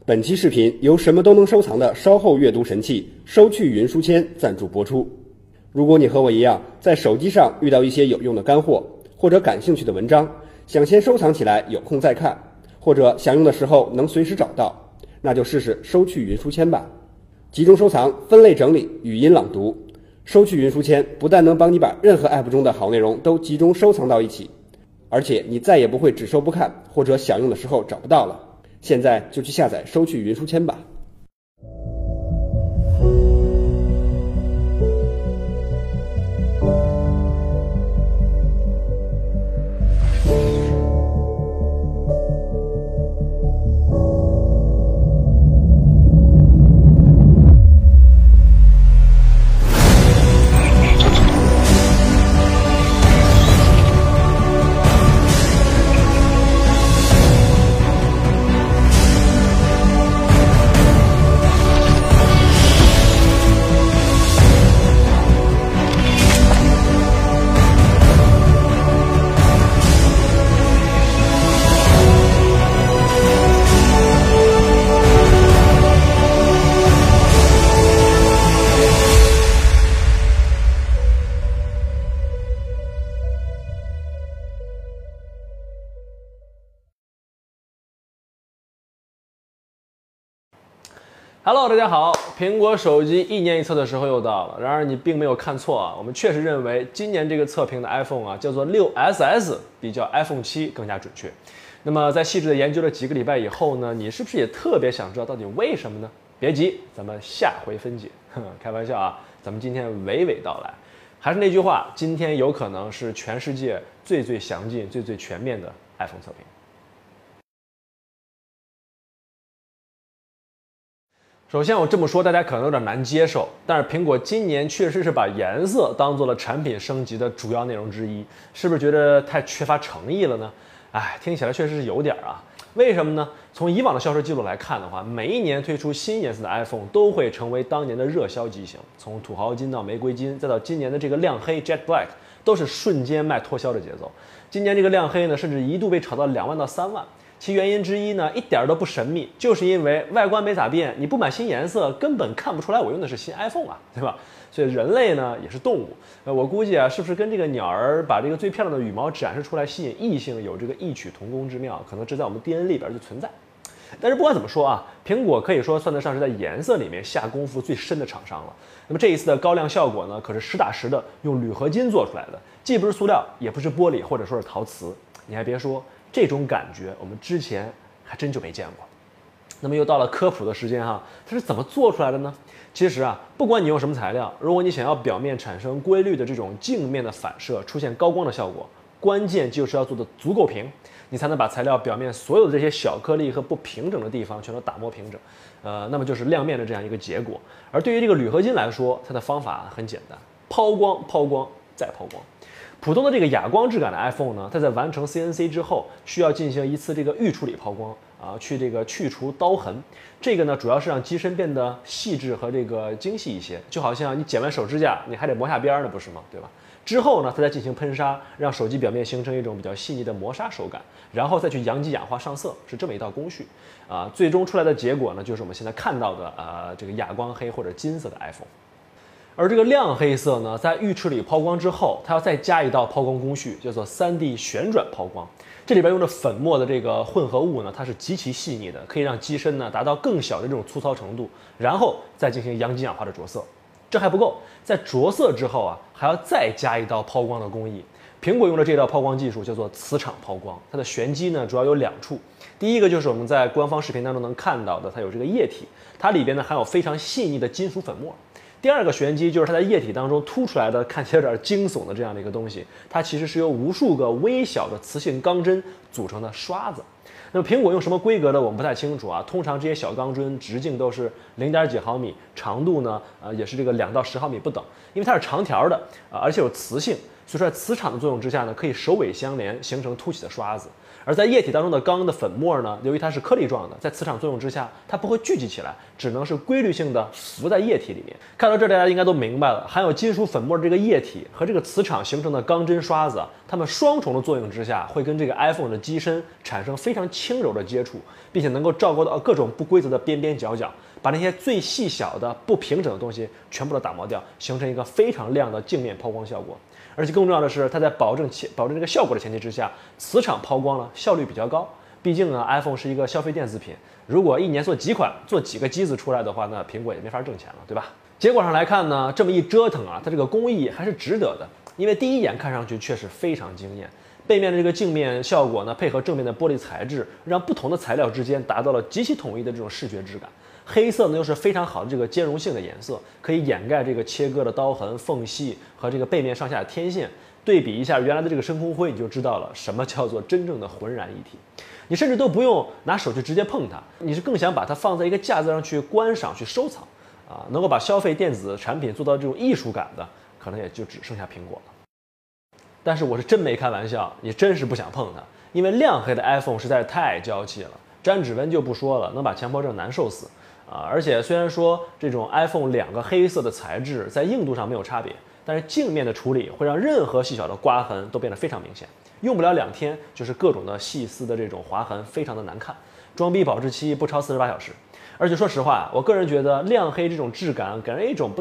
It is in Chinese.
本期视频由什么都能收藏的稍后阅读神器收趣云书签赞助播出。如果你和我一样，在手机上遇到一些有用的干货或者感兴趣的文章，想先收藏起来，有空再看，或者想用的时候能随时找到，那就试试收趣云书签吧。集中收藏、分类整理、语音朗读，收趣云书签不但能帮你把任何 App 中的好内容都集中收藏到一起，而且你再也不会只收不看，或者想用的时候找不到了。现在就去下载收趣云书签吧。 Hello， 大家好！苹果手机1年一测的时候又到了。然而你并没有看错啊，我们确实认为今年这个测评的 iPhone 啊，叫做 6SS， 比较 iPhone 7更加准确。那么在细致的研究了几个礼拜以后呢，你是不是也特别想知道到底为什么呢？别急，咱们下回分解。开玩笑啊，咱们今天娓娓道来。还是那句话，今天有可能是全世界最详尽、最全面的 iPhone 测评。首先我这么说大家可能有点难接受，但是苹果今年确实是把颜色当做了产品升级的主要内容之一，是不是觉得太缺乏诚意了呢？哎，听起来确实是有点啊。为什么呢？从以往的销售记录来看的话，每一年推出新颜色的 iPhone 都会成为当年的热销机型，从土豪金到玫瑰金，再到今年的这个亮黑 Jet Black， 都是瞬间卖脱销的节奏。今年这个亮黑呢，甚至一度被炒到2万到3万。其原因之一呢，一点都不神秘，就是因为外观没咋变，你不买新颜色，根本看不出来我用的是新 iPhone 啊，对吧？所以人类呢也是动物，我估计啊，是不是跟这个鸟儿把这个最漂亮的羽毛展示出来吸引异性有这个异曲同工之妙，可能这在我们 DNA 里边就存在。但是不管怎么说啊，苹果可以说算得上是在颜色里面下功夫最深的厂商了。那么这一次的高亮效果呢，可是实打实的用铝合金做出来的，既不是塑料，也不是玻璃或者说是陶瓷。你还别说，这种感觉我们之前还真就没见过。那么又到了科普的时间哈，它是怎么做出来的呢？其实啊，不管你用什么材料，如果你想要表面产生规律的这种镜面的反射，出现高光的效果，关键就是要做的足够平，你才能把材料表面所有的这些小颗粒和不平整的地方全都打磨平整，那么就是亮面的这样一个结果。而对于这个铝合金来说，它的方法很简单，抛光、抛光再抛光。普通的这个哑光质感的 iPhone 呢，它在完成 CNC 之后，需要进行一次这个预处理抛光啊，去这个去除刀痕。这个呢，主要是让机身变得细致和这个精细一些，就好像你剪完手指甲，你还得磨下边呢，不是吗？对吧？之后呢，它再进行喷砂，让手机表面形成一种比较细腻的磨砂手感，然后再去阳极氧化上色，是这么一道工序啊。最终出来的结果呢，就是我们现在看到的这个哑光黑或者金色的 iPhone。而这个亮黑色呢，在预处理抛光之后，它要再加一道抛光工序，叫做 3D 旋转抛光。这里边用的粉末的这个混合物呢，它是极其细腻的，可以让机身呢达到更小的这种粗糙程度，然后再进行阳极氧化的着色。这还不够，在着色之后啊，还要再加一道抛光的工艺。苹果用的这道抛光技术叫做磁场抛光，它的玄机呢主要有2处。第一个就是我们在官方视频当中能看到的，它有这个液体，它里边呢含有非常细腻的金属粉末。第二个玄机就是它在液体当中凸出来的看起来有点惊悚的这样的一个东西，它其实是由无数个微小的磁性钢针组成的刷子。那么苹果用什么规格的我们不太清楚啊，通常这些小钢针直径都是0.几毫米，长度呢也是这个2到10毫米不等，因为它是长条的而且有磁性， 所以说在磁场的作用之下呢，可以首尾相连，形成凸起的刷子。而在液体当中的钢的粉末呢，由于它是颗粒状的，在磁场作用之下，它不会聚集起来，只能是规律性的浮在液体里面。看到这儿，大家应该都明白了，含有金属粉末的这个液体和这个磁场形成的钢针刷子，它们双重的作用之下，会跟这个 iPhone 的机身产生非常轻柔的接触，并且能够照顾到各种不规则的边边角角，把那些最细小的不平整的东西全部都打磨掉，形成一个非常亮的镜面抛光效果。而且更重要的是，它在保证这个效果的前提之下，磁场抛光呢效率比较高。毕竟呢 ，iPhone 是一个消费电子品，如果一年做几款、做几个机子出来的话，那苹果也没法挣钱了，对吧？结果上来看呢，这么一折腾啊，它这个工艺还是值得的，因为第一眼看上去确实非常惊艳。背面的这个镜面效果呢，配合正面的玻璃材质，让不同的材料之间达到了极其统一的这种视觉质感。黑色呢又是非常好的这个兼容性的颜色，可以掩盖这个切割的刀痕、缝隙和这个背面上下的天线。对比一下原来的这个深空灰，你就知道了什么叫做真正的浑然一体。你甚至都不用拿手去直接碰它，你是更想把它放在一个架子上去观赏、去收藏啊，能够把消费电子产品做到这种艺术感的，可能也就只剩下苹果了。但是我是真没开玩笑，也真是不想碰它，因为亮黑的 iPhone 实在是太娇气了，沾指纹就不说了，能把强迫症难受死啊！而且虽然说这种 iPhone 两个黑色的材质在硬度上没有差别，但是镜面的处理会让任何细小的刮痕都变得非常明显，用不了2天就是各种的细丝的这种划痕，非常的难看。装逼保质期不超48小时。而且说实话，我个人觉得亮黑这种质感给人一种不